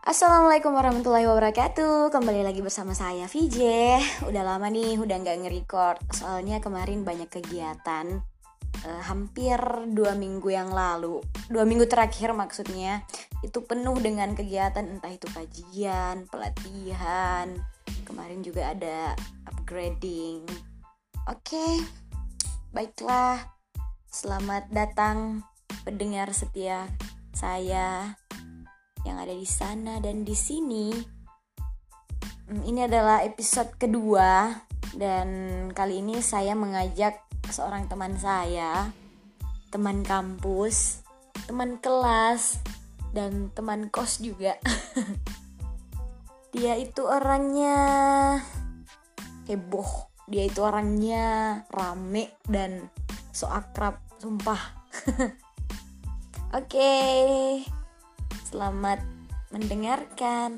Assalamualaikum warahmatullahi wabarakatuh. Kembali lagi bersama saya VJ. Udah lama nih udah gak nge-record. Soalnya kemarin banyak kegiatan. Hampir 2 minggu yang lalu, 2 minggu terakhir maksudnya, itu penuh dengan kegiatan. Entah itu kajian, pelatihan. Kemarin juga ada upgrading. Oke, baiklah. Selamat datang pendengar setia saya yang ada di sana dan di sini. Ini adalah episode kedua dan kali ini saya mengajak seorang teman saya, teman kampus, teman kelas, dan teman kos juga. Dia itu orangnya heboh, dia itu orangnya rame dan so akrab, sumpah. Oke. Selamat mendengarkan.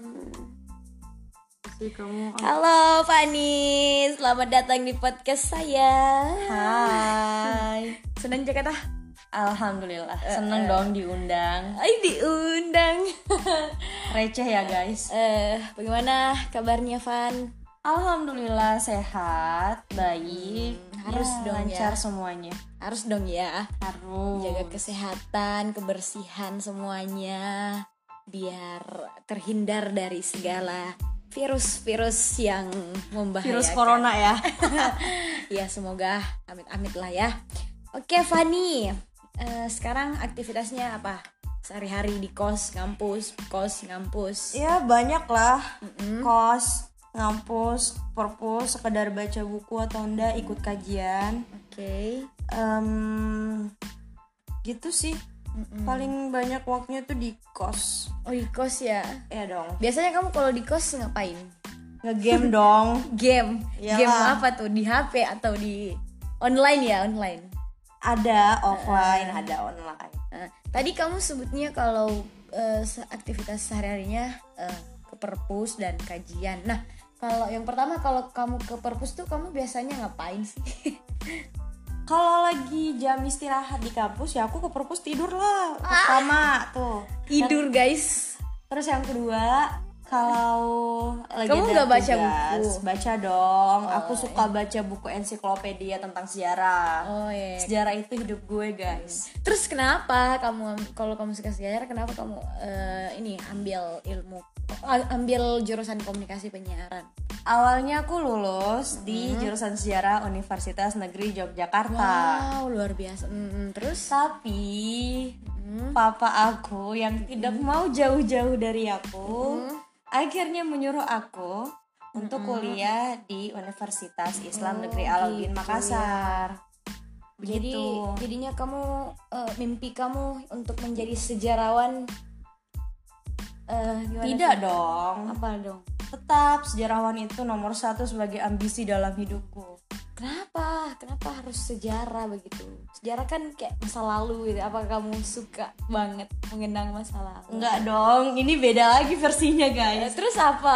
Halo Fani, selamat datang di podcast saya. Hai. Senang Jakarta? Alhamdulillah, seneng dong diundang. Diundang. Receh ya guys. Bagaimana kabarnya Van? Alhamdulillah sehat, baik. Harus ya, dong lancar ya. semuanya. Harus dong ya. Harus. Jaga kesehatan, kebersihan semuanya, biar terhindar dari segala virus-virus yang membahayakan. Virus corona ya. Ya semoga amit-amit lah ya. Oke Fani, sekarang aktivitasnya apa? Sehari-hari di kos, ngampus. Ya banyak lah. Kos, ngampus, perpus, sekedar baca buku atau enggak ikut kajian. Oke. Gitu sih. Paling banyak waktunya tuh di kos. Oh di kos ya? Ya dong. Biasanya kamu kalau di kos ngapain? Nge-game dong. Game. Iyalah. Game apa tuh? Di HP atau di online ya? Online. Ada offline, ada online. Tadi kamu sebutnya kalau aktivitas sehari-harinya ke perpus dan kajian. Nah, kalau yang pertama, kalau kamu ke perpus tuh kamu biasanya ngapain sih? Kalau lagi jam istirahat di kampus ya aku ke perpus tidur lah. Pertama tuh Tidur guys. Terus yang kedua kalau lagi Kamu ada nggak baca tugas, buku? baca dong. Aku suka baca buku ensiklopedia tentang sejarah. Oh iya. Sejarah itu hidup gue guys. Terus kenapa kamu, kalau kamu suka sejarah, kenapa kamu ambil jurusan komunikasi penyiaran? Awalnya aku lulus di jurusan sejarah Universitas Negeri Yogyakarta. Wow, luar biasa. Terus? Tapi papa aku yang tidak mau jauh-jauh dari aku akhirnya menyuruh aku untuk kuliah di Universitas Islam Negeri Alauddin Makassar. Jadinya kamu mimpi kamu untuk menjadi sejarawan gimana Tidak sih? dong. Apa dong? Tetap sejarawan itu nomor 1 sebagai ambisi dalam hidupku. Kenapa harus sejarah begitu? Sejarah kan kayak masa lalu gitu. Apa kamu suka banget mengenang masa lalu? Enggak dong, ini beda lagi versinya guys. Terus apa?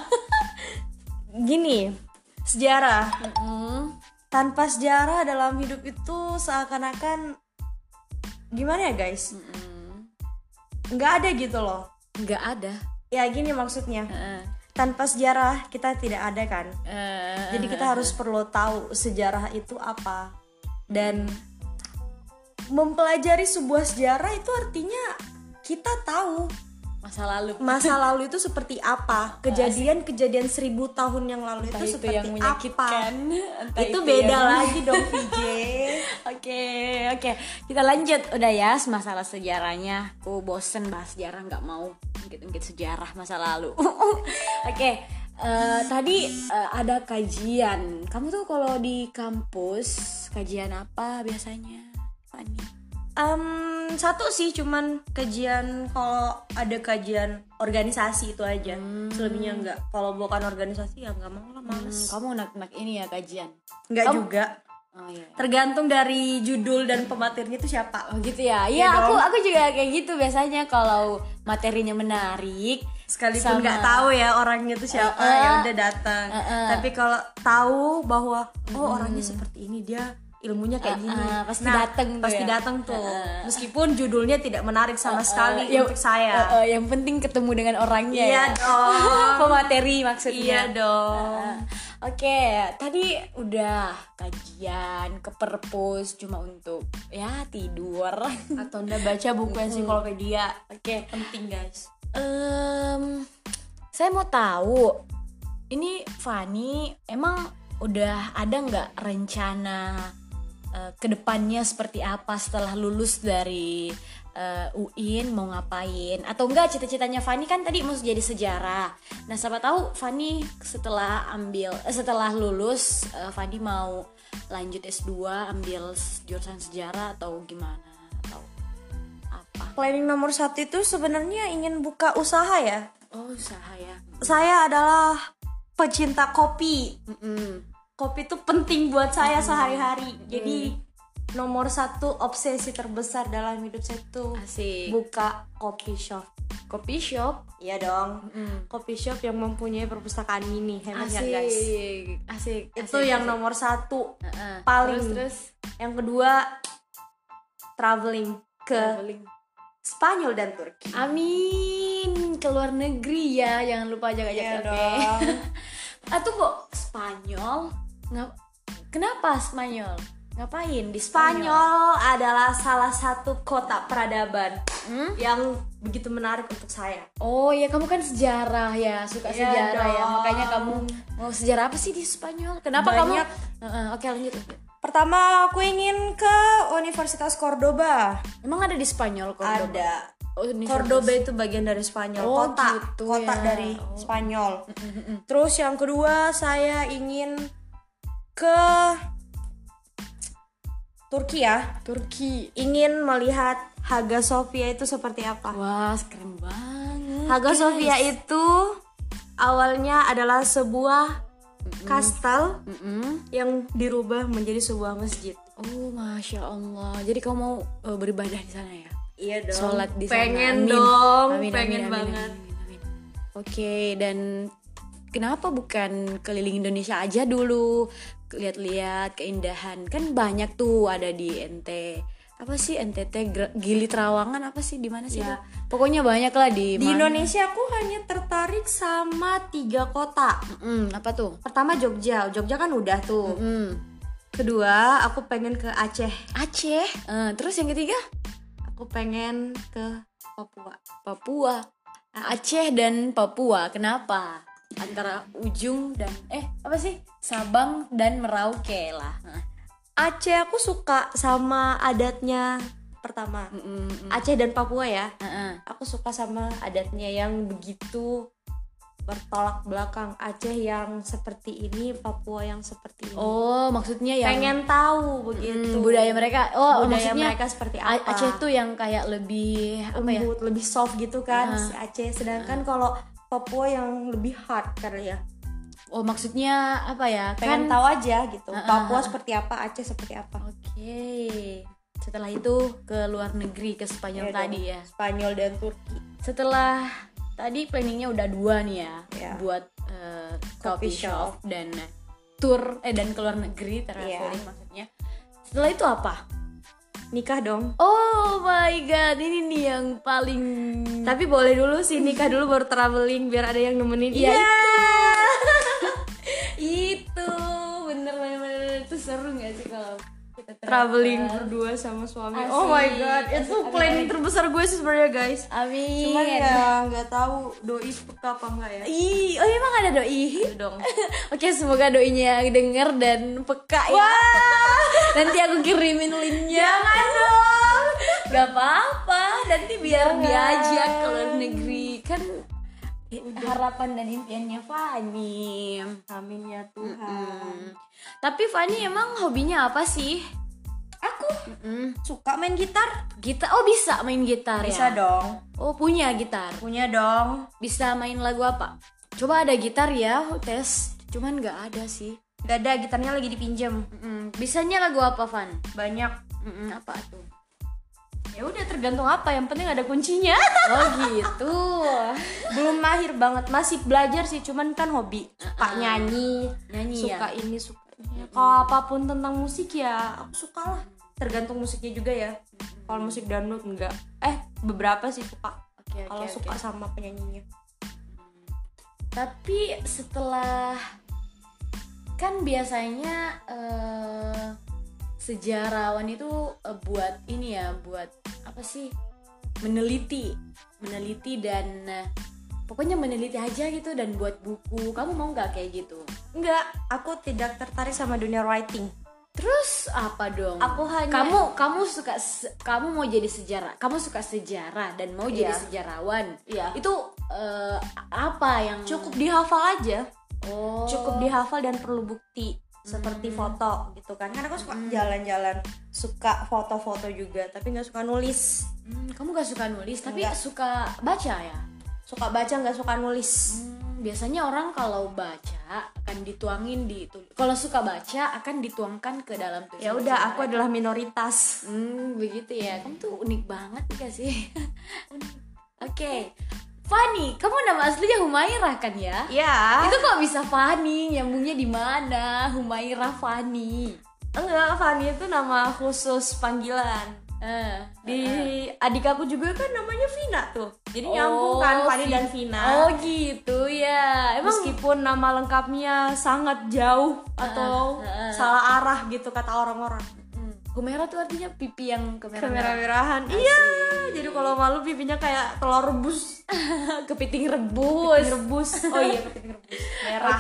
Gini, sejarah. Tanpa sejarah dalam hidup itu seakan-akan gimana ya guys? Nggak ada gitu loh. Nggak ada. Ya gini maksudnya. Tanpa sejarah kita tidak ada kan. Jadi kita harus perlu tahu sejarah itu apa. Dan mempelajari sebuah sejarah itu artinya kita tahu masa lalu itu seperti apa. Kejadian-kejadian 1000 tahun yang lalu Entah itu seperti yang menyakitkan, apa. Itu beda lagi dong VJ. Oke. Kita lanjut udah ya masalah sejarahnya. Aku bosen bahas sejarah, nggak mau ungkit-ungkit sejarah masa lalu. Oke. Tadi ada kajian. Kamu tuh kalau di kampus kajian apa biasanya, Fani? Satu sih cuman kajian, kalau ada kajian organisasi itu aja. Selebihnya enggak. Kalau bukan organisasi ya enggak mau lah, males. Kamu nak ini ya kajian? Enggak juga. Oh iya. Tergantung dari judul dan pematerinya itu siapa. Oh gitu ya. Iya, aku juga kayak gitu biasanya kalau materinya menarik. Sekalipun nggak tahu ya orangnya itu siapa, ya udah datang. Tapi kalau tahu bahwa orangnya seperti ini, dia ilmunya kayak gini. Pasti datang pasti datang tuh. Meskipun judulnya tidak menarik sama sekali untuk saya. Yang penting ketemu dengan orangnya. Iya dong. Pemateri maksudnya. Iya dong. Oke, tadi udah kajian ke perpus cuma untuk ya tidur Atau Anda baca buku ensiklopedia. Oke. Penting guys. Saya mau tahu, ini Fani emang udah ada nggak rencana kedepannya seperti apa setelah lulus dari UIN, mau ngapain? Atau enggak, cita-citanya Fani kan tadi mau jadi sejarah. Nah, siapa tahu Fani setelah lulus Fani mau lanjut S2 ambil jurusan sejarah atau gimana, atau apa? Planning nomor 1 itu sebenarnya ingin buka usaha ya. Oh, usaha ya. Saya adalah pecinta kopi. Kopi itu penting buat saya sehari-hari. Jadi nomor 1 obsesi terbesar dalam hidup saya tuh Asik. buka coffee shop. Coffee shop. Iya dong. Coffee shop yang mempunyai perpustakaan mini. Hebatnya guys. Asik. Itu yang nomor 1 paling. Terus Yang kedua traveling ke Spanyol dan Turki. amin, ke luar negeri ya, jangan lupa jaga-jaga. Iya Oke. dong. Atau kok Spanyol? Kenapa Spanyol? Ngapain di Spanyol? Spanyol adalah salah satu kota peradaban yang begitu menarik untuk saya. Oh ya, kamu kan sejarah ya, suka Iya sejarah ya, dong. makanya kamu mau sejarah apa sih di Spanyol? Kenapa Banyak. kamu? Oke, lanjut. Pertama aku ingin ke Universitas Cordoba. Emang ada di Spanyol Cordoba? Ada. Oh, Universitas. Cordoba itu bagian dari Spanyol, Oh, kota gitu kota ya. dari Spanyol. Terus yang kedua saya ingin ke Turki ya. Turki. Ingin melihat Hagia Sophia itu seperti apa. Wah, keren banget. Hagia guys. Sophia itu awalnya adalah sebuah kastel yang dirubah menjadi sebuah masjid. Oh, Masya Allah. Jadi kamu mau beribadah di sana ya? Iya dong. Sholat di sana. Pengen Amin. dong. Amin, pengen amin, banget. amin. Oke, dan kenapa bukan keliling Indonesia aja dulu, lihat-lihat keindahan? Kan banyak tuh, ada di apa sih, NTT, Gili Trawangan, apa sih, di mana sih? Ya. Tuh? Pokoknya banyak lah di Di mana. Indonesia aku hanya tertarik sama 3 kota. Apa tuh? Pertama Jogja. Jogja kan udah tuh. Kedua aku pengen ke Aceh. Aceh. Terus yang ketiga? Aku pengen ke Papua. Papua. Aceh dan Papua. Kenapa? Antara ujung dan apa sih? Sabang dan Merauke lah. Aceh aku suka sama adatnya. Pertama Aceh dan Papua ya. Aku suka sama adatnya yang begitu bertolak belakang. Aceh yang seperti ini, Papua yang seperti ini. Oh, maksudnya yang pengen tahu begitu budaya mereka. Oh, budaya maksudnya mereka seperti apa. Aceh tuh yang kayak lebih apa ya? Lembut, lebih soft gitu kan si Aceh. Sedangkan kalau Papua yang lebih hard kali ya. Oh, maksudnya apa ya? Pengen tahu aja gitu. Papua seperti apa, Aceh seperti apa. Oke. Setelah itu ke luar negeri, ke Spanyol Iya tadi dong. ya. Spanyol dan Turki. Setelah tadi planningnya udah 2 nih ya, Iya. buat coffee Coffee shop dan tour dan ke luar negeri, traveling maksudnya. Setelah itu apa? Nikah dong. Oh my god, ini nih yang paling. Tapi boleh dulu sih nikah dulu baru traveling biar ada yang nemenin. Iya, Iya. Itu bener itu seru nggak sih kalau kita Traveling berdua sama suami. Asik. Oh my god, itu Asik. planning terbesar gue sih sebenarnya guys. Amin. Cuman ya nggak tahu doi peka apa enggak ya. Oh emang ada doi? Dong. Oke, semoga doinya denger dan peka ya. Nanti aku kirimin linknya. Jangan dong. Gak apa-apa, nanti biar Jangan. diajak ke luar negeri. Kan harapan dan impiannya Fani. Amin ya Tuhan. Tapi Fani emang hobinya apa sih? Aku suka main gitar. Gitar. Oh, bisa main gitar ya? Bisa dong. Oh, punya gitar. Punya dong. Bisa main lagu apa? Coba ada gitar ya, tes. Cuman gak ada sih. Gak ada, gitarnya lagi dipinjam. Bisanya lagu apa, Van? Banyak. Apa tuh? Ya udah tergantung apa, yang penting ada kuncinya. Oh gitu. Belum mahir banget, masih belajar sih, cuman kan hobi. Suka nyanyi Nyanyi suka ya? ini, suka Ya, kalau apapun tentang musik ya aku suka lah, tergantung musiknya juga ya. Kalau musik dangdut enggak, beberapa sih suka. Kalau suka sama penyanyinya. Tapi setelah, kan biasanya sejarawan itu buat ini ya, buat apa sih, meneliti dan pokoknya meneliti aja gitu dan buat buku. Kamu mau nggak kayak gitu? Enggak, aku tidak tertarik sama dunia writing. Terus apa dong? Aku hanya kamu mau jadi sejarah, kamu suka sejarah dan mau jadi sejarawan. Iya. Itu apa yang Cukup dihafal aja. Oh. Cukup dihafal dan perlu bukti seperti foto gitu kan. Karena aku suka jalan-jalan, suka foto-foto juga, tapi nggak suka nulis. Kamu gak suka nulis, tapi Enggak. suka baca ya? Suka baca, nggak suka nulis. Biasanya orang kalau baca akan dituangin kalau suka baca akan dituangkan ke dalam tulisan. Ya udah, aku adalah minoritas. Begitu ya. Kamu tuh unik banget gak sih? Oke. Fani, kamu nama aslinya Humairah kan ya? Ya. Itu kok bisa Fani? Nyambungnya di mana? Humairah Fani. Enggak, Fani itu nama khusus panggilan. Di adik aku juga kan namanya Vina tuh. Jadi nyambung kan Fani dan Vina. Oh gitu ya. Emang meskipun nama lengkapnya sangat jauh atau salah arah gitu kata orang-orang. Humairah tuh artinya pipi yang Kemerah-merahan. Iya. Jadi kalau malu pipinya kayak telur rebus. kepiting rebus. Oh iya, kepiting rebus. Merah.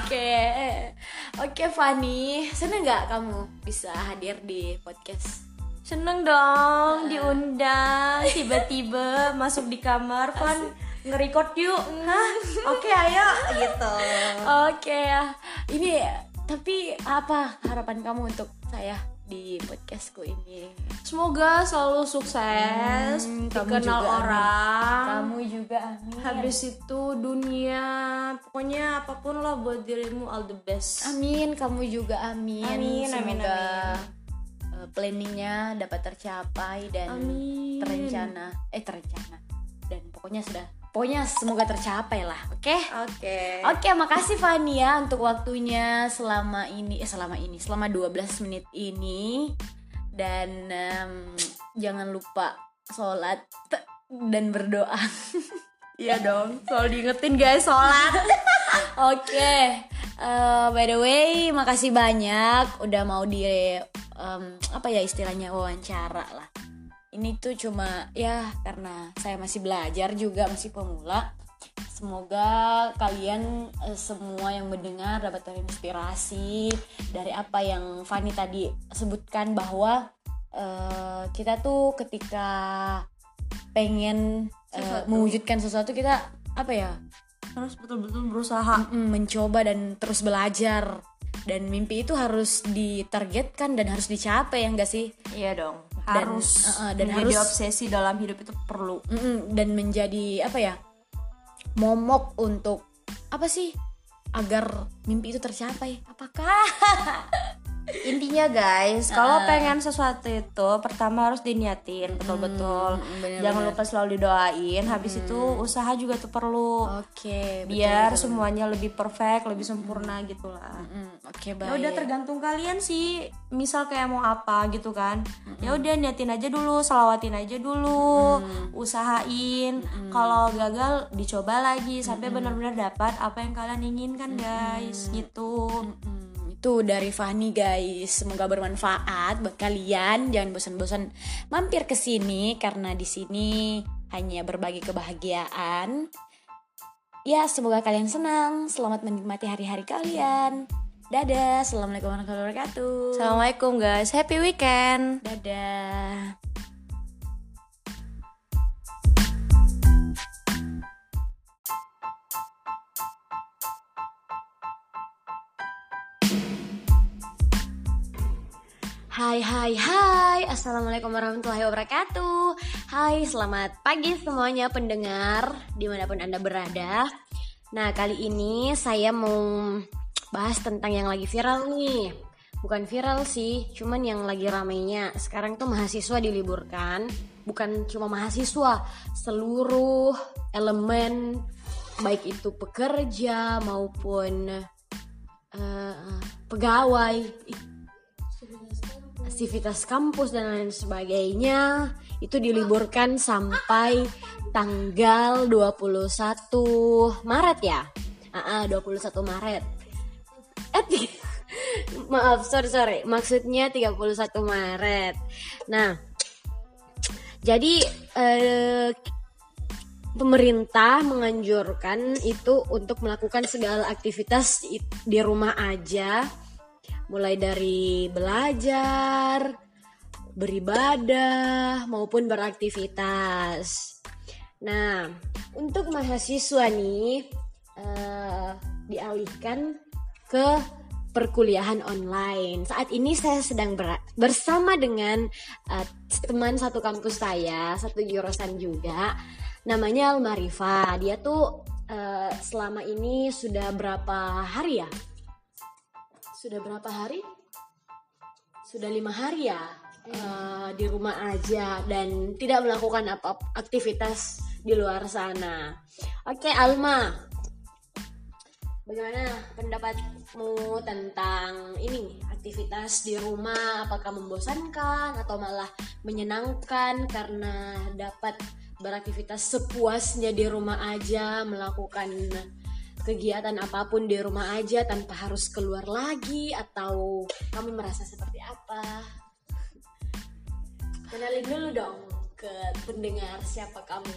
Oke Fani, seneng nggak kamu bisa hadir di podcast? Seneng dong diundang, tiba-tiba masuk di kamar, Fan nge-record yuk. Hah? Oke, ayo gitu. Oke ya. Ini tapi apa harapan kamu untuk saya di podcastku ini? Semoga selalu sukses, dikenal orang. Kamu juga amin. Habis itu dunia, pokoknya apapun lah buat dirimu, all the best. Amin, kamu juga amin. Amin. Planningnya dapat tercapai dan Amin. terencana dan pokoknya semoga tercapai lah. Oke, makasih Fani ya untuk waktunya selama 12 menit ini. Dan jangan lupa sholat dan berdoa. Iya dong, selalu diingetin guys sholat. Oke. By the way, makasih banyak udah mau istilahnya wawancara lah. Ini tuh cuma ya karena saya masih belajar juga, masih pemula. Semoga kalian semua yang mendengar dapat terinspirasi dari apa yang Fani tadi sebutkan, bahwa kita tuh ketika pengen mewujudkan sesuatu, kita harus betul-betul berusaha, mencoba dan terus belajar. Dan mimpi itu harus ditargetkan dan harus dicapai, ya enggak sih? Iya dong, harus dan menjadi obsesi dalam hidup itu perlu. Dan menjadi momok untuk agar mimpi itu tercapai. Apakah? Intinya guys, kalau pengen sesuatu itu pertama harus diniatin betul-betul. Jangan lupa selalu didoain. Habis itu usaha juga tuh perlu. Oke, biar betul. Semuanya lebih perfect, lebih sempurna gitulah. Oke, baik. Ya udah tergantung kalian sih. Misal kayak mau apa gitu kan. Ya udah niatin aja dulu, salawatin aja dulu, usahain. Kalau gagal dicoba lagi sampai benar-benar dapat apa yang kalian inginkan guys, gitu. Itu dari Fani guys, semoga bermanfaat buat kalian. Jangan bosan-bosan mampir ke sini karena di sini hanya berbagi kebahagiaan. Ya, semoga kalian senang. Selamat menikmati hari-hari kalian. Dadah, assalamualaikum warahmatullahi wabarakatuh. Assalamualaikum guys, happy weekend. Dadah. Hai, assalamualaikum warahmatullahi wabarakatuh. Hai, selamat pagi semuanya pendengar dimanapun Anda berada. Nah, kali ini saya mau bahas tentang yang lagi viral nih. Bukan viral sih, cuman yang lagi ramainya. Sekarang tuh mahasiswa diliburkan. Bukan cuma mahasiswa, seluruh elemen, baik itu pekerja maupun pegawai, aktivitas kampus dan lain sebagainya itu diliburkan sampai tanggal 21 Maret ya. 21 Maret. Maaf, sorry. Maksudnya 31 Maret. Nah, jadi pemerintah menganjurkan itu untuk melakukan segala aktivitas di rumah aja, mulai dari belajar, beribadah, maupun beraktivitas. Nah, untuk mahasiswa nih dialihkan ke perkuliahan online. Saat ini saya sedang bersama dengan teman satu kampus saya, satu jurusan juga. Namanya Almarifah. Dia tuh selama ini sudah berapa hari ya? Sudah 5 hari ya di rumah aja dan tidak melakukan aktivitas di luar sana. Oke, Alma, bagaimana pendapatmu tentang ini, aktivitas di rumah? Apakah membosankan atau malah menyenangkan karena dapat beraktivitas sepuasnya di rumah aja, melakukan kegiatan apapun di rumah aja tanpa harus keluar lagi? Atau kamu merasa seperti apa? Kenalin dulu dong ke pendengar, siapa kamu?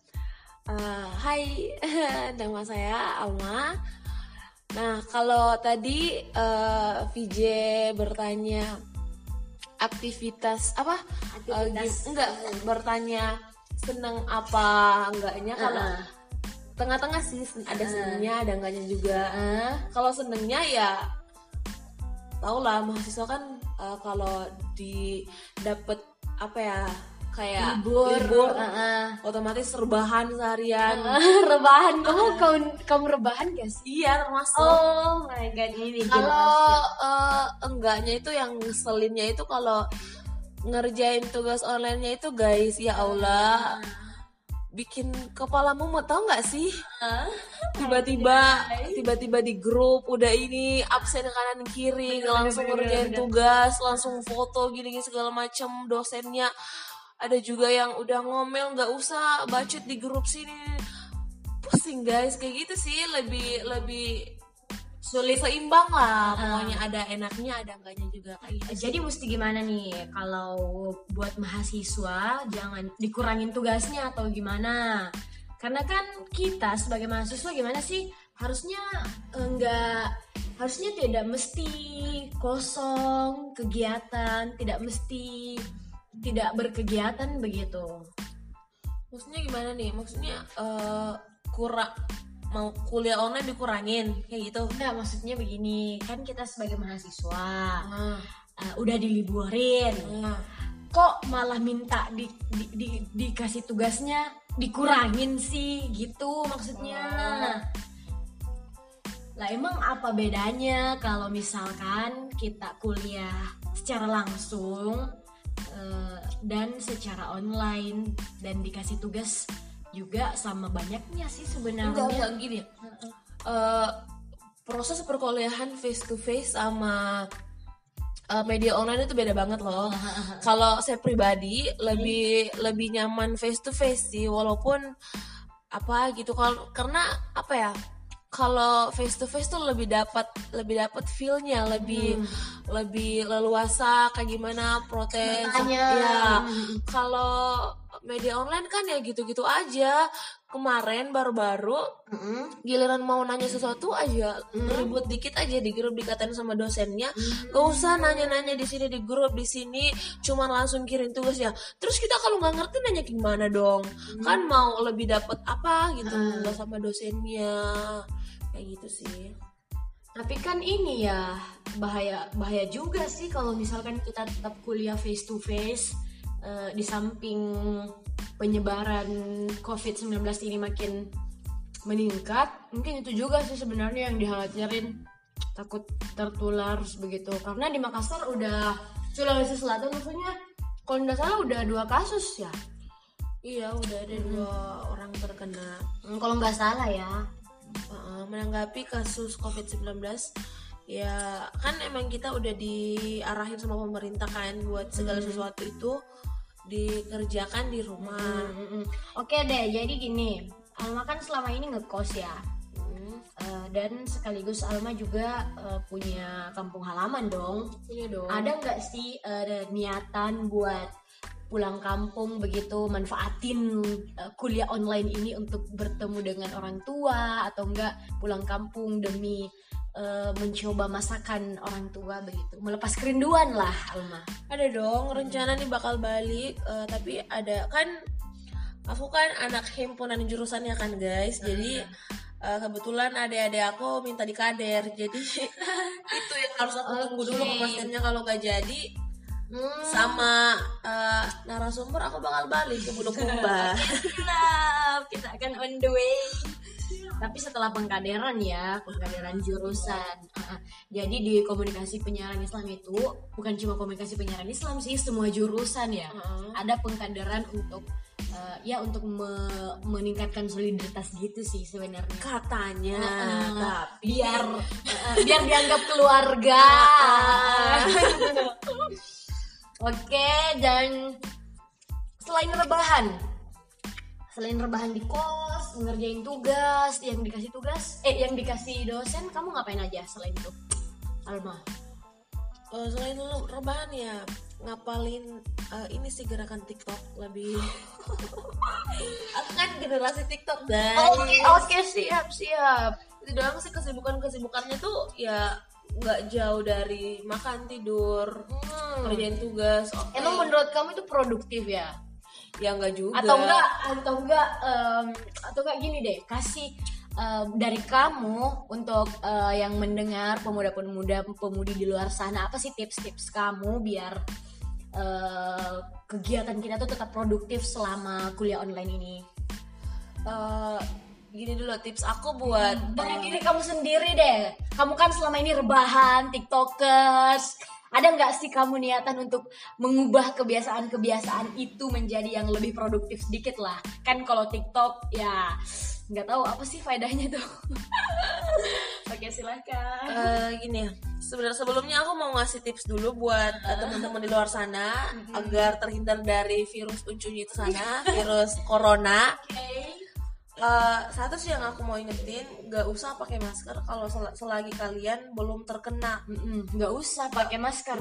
Hai, nama saya Alma. Nah, kalau tadi VJ bertanya aktivitas apa? Bertanya senang apa enggaknya. Kalau tengah-tengah sih, ada senangnya, ada enggaknya juga. Kalau senangnya ya tau lah, mahasiswa kan kalau dapet apa ya, kayak libur otomatis rebahan seharian. Rebahan, kamu rebahan gak sih? Iya, termasuk. Oh my god, ini kalau enggaknya itu, yang ngeselinnya itu kalau ngerjain tugas online-nya itu, guys, ya Allah, bikin kepalamu mau, tau nggak sih? Tiba-tiba di grup udah ini absen kanan kiri, langsung ngerjain tugas, langsung foto gini segala macam. Dosennya ada juga yang udah ngomel, nggak usah bacot di grup sini. Pusing, guys, kayak gitu sih. Lebih sulit, seimbang lah pokoknya, ada enaknya ada enggaknya juga kayak gitu. Jadi mesti gimana nih kalau buat mahasiswa, jangan dikurangin tugasnya atau gimana? Karena kan kita sebagai mahasiswa gimana sih, harusnya tidak mesti kosong kegiatan, tidak mesti tidak berkegiatan begitu. Maksudnya gimana nih? Maksudnya mau kuliah online dikurangin kayak gitu? Enggak, maksudnya begini, kan kita sebagai mahasiswa udah diliburin, kok malah minta dikasih tugasnya dikurangin sih, gitu maksudnya. Lah emang apa bedanya kalau misalkan kita kuliah secara langsung dan secara online, dan dikasih tugas juga sama banyaknya sih sebenarnya. Enggak gini. Proses perkuliahan face to face sama media online itu beda banget loh. Kalau saya pribadi lebih nyaman face to face sih, walaupun apa gitu. Karena apa ya? Kalau face to face tuh lebih dapat feel-nya, lebih leluasa kayak gimana protes. Ya. Kalau media online kan ya gitu-gitu aja. Kemarin baru-baru giliran mau nanya sesuatu aja ribut dikit aja di grup, dikatain sama dosennya, gak usah nanya-nanya di sini, di grup di sini, cuman langsung kirim tugas ya. Terus kita kalau nggak ngerti nanya gimana dong? Kan mau lebih dapet apa gitu, nggak sama dosennya kayak gitu sih. Tapi kan ini ya bahaya juga sih kalau misalkan kita tetap kuliah face to face. Di samping penyebaran COVID-19 ini makin meningkat, mungkin itu juga sih sebenarnya yang dikhawatirin, takut tertular begitu. Karena di Makassar udah, Sulawesi Selatan maksudnya, kalau tidak salah udah 2 kasus ya. Iya, udah ada 2 orang terkena. Kalau nggak salah ya. Menanggapi kasus COVID-19 Ya kan emang kita udah diarahin sama pemerintah kan buat segala sesuatu itu dikerjakan di rumah. Oke deh, jadi gini, Alma kan selama ini ngekos ya. Dan sekaligus Alma juga punya kampung halaman dong. Punya dong. Ada nggak sih niatan buat pulang kampung begitu, manfaatin kuliah online ini untuk bertemu dengan orang tua, atau enggak pulang kampung demi mencoba masakan orang tua begitu, melepas kerinduan lah Alma? Ada dong rencana nih bakal balik, tapi ada kan aku kan anak himpunan jurusannya kan guys, jadi kebetulan adik-adik aku minta dikader, jadi itu yang harus aku tunggu dulu kepastiannya. Kalau gak jadi sama narasumber aku bakal balik ke Bulukumba. Kita akan on the way. Tapi setelah pengkaderan ya, pengkaderan jurusan. Jadi di komunikasi penyiaran Islam itu bukan cuma komunikasi penyiaran Islam sih, semua jurusan ya. Ada pengkaderan untuk untuk meningkatkan solidaritas gitu sih sebenarnya. Katanya, tapi biar dianggap keluarga. Oke, dan selain rebahan di kos, ngerjain tugas, yang dikasih dosen, kamu ngapain aja selain itu, Alma? Selain rebahan ya ngapalin ini sih gerakan TikTok lebih. Aku kan generasi TikTok guys. Oke, siap. Itu doang sih kesibukannya tuh ya nggak jauh dari makan tidur, kerjain tugas. Emang menurut kamu itu produktif ya? Ya nggak juga. Atau enggak gini deh, kasih dari kamu untuk yang mendengar pemudi di luar sana, apa sih tips-tips kamu biar kegiatan kita tuh tetap produktif selama kuliah online ini? Gini dulu tips aku buat dari diri kamu sendiri deh. Kamu kan selama ini rebahan, tiktokers. Ada nggak sih kamu niatan untuk mengubah kebiasaan-kebiasaan itu menjadi yang lebih produktif sedikit lah? Kan kalau TikTok ya nggak tahu apa sih faedahnya tuh. Oke, silakan. Gini, sebenarnya sebelumnya aku mau ngasih tips dulu buat teman-teman di luar sana agar terhindar dari virus uncunya itu sana, virus corona. Satu sih yang aku mau ingetin, nggak usah pakai masker kalau selagi kalian belum terkena. Nggak usah pakai masker.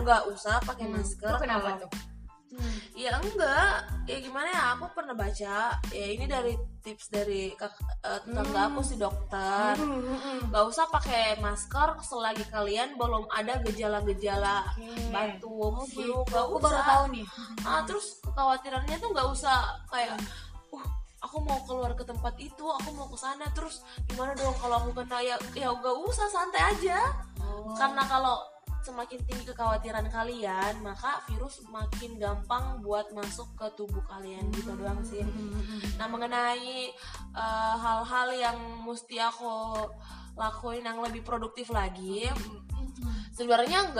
Kenapa tuh? Ya enggak, ya gimana ya, aku pernah baca ya ini dari tips dari tetangga aku si dokter. Nggak usah pakai masker selagi kalian belum ada gejala-gejala batuk, flu. Aku baru tahu nih. Terus kekhawatirannya tuh nggak usah kayak aku mau keluar ke tempat itu, aku mau ke sana, terus gimana dong kalau aku kena, ya nggak usah, santai aja. Karena kalau semakin tinggi kekhawatiran kalian, maka virus makin gampang buat masuk ke tubuh kalian, gitu doang sih. Nah, mengenai hal-hal yang mesti aku lakuin yang lebih produktif lagi, sebenarnya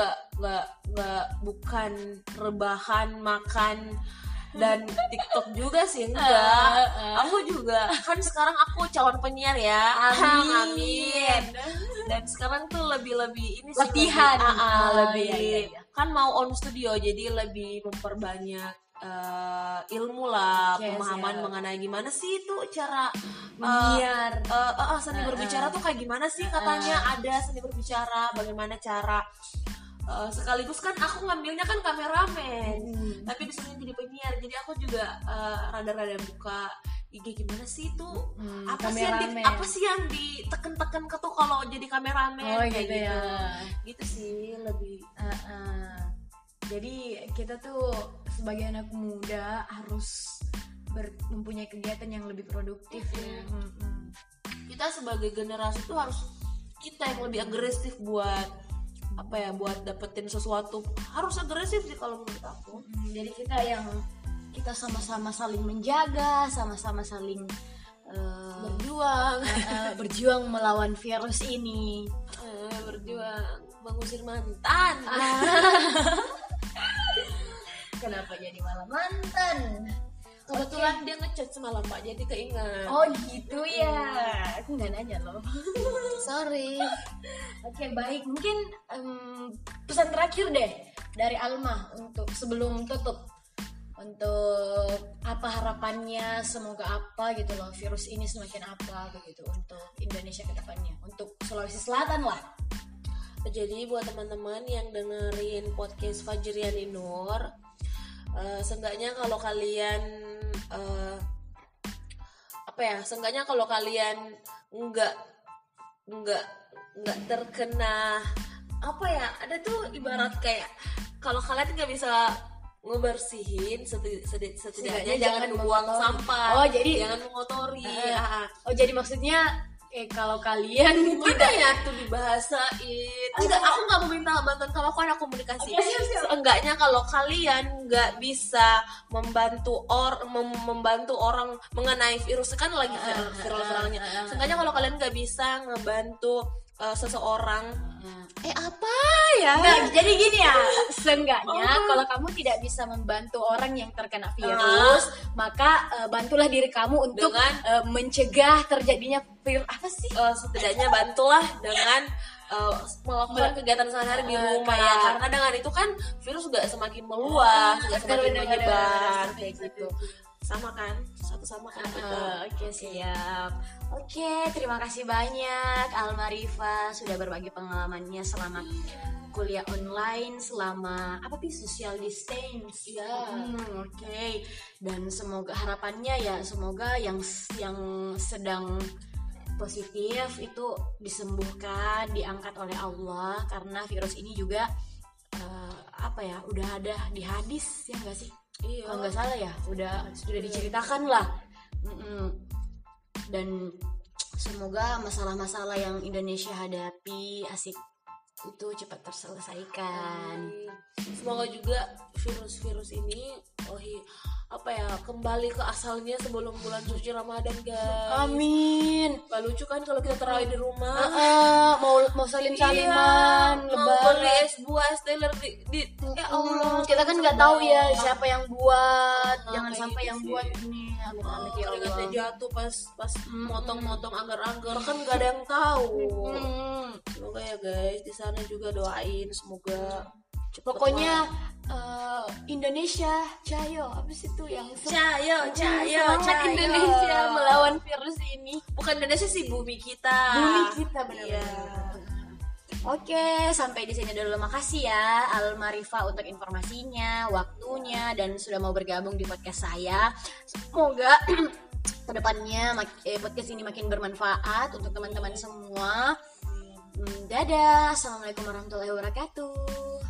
bukan rebahan, makan dan TikTok juga sih, enggak. Aku juga kan sekarang aku calon penyiar ya. Amin. Dan sekarang tuh lebih ini sih latihan, lebih kan mau on studio, jadi lebih memperbanyak ilmu lah, pemahaman mengenai gimana sih itu cara menyiar, seni berbicara tuh kayak gimana sih, katanya ada seni berbicara, bagaimana cara sekaligus kan aku ngambilnya kan kameramen, tapi disuruh jadi penyiar, jadi aku juga rada-rada buka IG gimana sih itu, apa sih yang diteken-teken ke tuh kalau jadi kameramen, kayak gitu. Gitu sih lebih. Jadi kita tuh sebagai anak muda harus mempunyai kegiatan yang lebih produktif ya. Kita sebagai generasi tuh harus kita yang lebih agresif buat buat dapetin sesuatu, harus agresif sih kalau menurut aku. Jadi kita sama-sama saling menjaga, sama-sama saling berjuang melawan virus ini, berjuang mengusir mantan. Kenapa jadi malah mantan? Kebetulan dia ngechat semalam Pak, jadi keinget. Oh gitu ya. Aku nggak nanya loh. Sorry. Oke, baik. Mungkin pesan terakhir deh dari Alma untuk sebelum tutup. Untuk apa harapannya, semoga apa gitu loh, virus ini semakin apa begitu untuk Indonesia ke depannya, untuk Sulawesi Selatan lah. Jadi buat teman-teman yang dengerin podcast Fajrian Nur, seenggaknya kalau kalian seenggaknya kalau kalian nggak terkena ada tuh ibarat kayak kalau kalian nggak bisa ngebersihin setidaknya jangan buang sampah. Oh, jadi jangan mengotori. Oh, jadi maksudnya kalau kalian tidak ya tuh dibahasain. Tidak, aku nggak meminta bantuan kamu, aku anak komunikasi. Seenggaknya kalau kalian nggak bisa membantu orang mengenai virus, kan lagi viral-viralnya. Seenggaknya kalau kalian nggak bisa ngebantu seseorang, Nah, jadi gini ya, seenggaknya kalau kamu tidak bisa membantu orang yang terkena virus, maka bantulah diri kamu untuk mencegah terjadinya virus. Setidaknya bantulah dengan melakukan kegiatan sehari-hari di rumah, karena dengan itu kan virus juga semakin meluas, juga semakin menyebar kayak gitu. Sama kan, satu sama kan kita. Oke, siap. Oke, terima kasih banyak Alma Rifa sudah berbagi pengalamannya selama kuliah online, selama social distance. Oke. Dan semoga harapannya ya, semoga yang sedang positif itu disembuhkan, diangkat oleh Allah, karena virus ini juga udah ada di hadis ya nggak sih? Iya. Kalau nggak salah ya, sudah diceritakan lah. Dan semoga masalah-masalah yang Indonesia hadapi itu cepat terselesaikan. Semoga juga virus ini kembali ke asalnya sebelum bulan suci Ramadan, guys. Amin. Gak lucu kan kalau kita terawih di rumah, mau salim-saliman, mau beli es buah, es teler di ya Allah, kita kan nggak tahu ya siapa yang buat. Jangan sampai yang buat ini amit-amit ya Allah. Keringatnya jatuh pas motong-motong anggar-anggar, kan nggak ada yang tahu. Semoga ya guys, di sana juga doain semoga pokoknya Indonesia Cayo, apa sih itu yang Cayo Indonesia melawan virus ini. Bukan Indonesia sih, bumi kita benar-benar. Oke, sampai di sini dulu. Makasih ya Alma Rifa untuk informasinya, waktunya, dan sudah mau bergabung di podcast saya. Semoga kedepannya podcast ini makin bermanfaat untuk teman-teman semua. Dadah, assalamualaikum warahmatullahi wabarakatuh.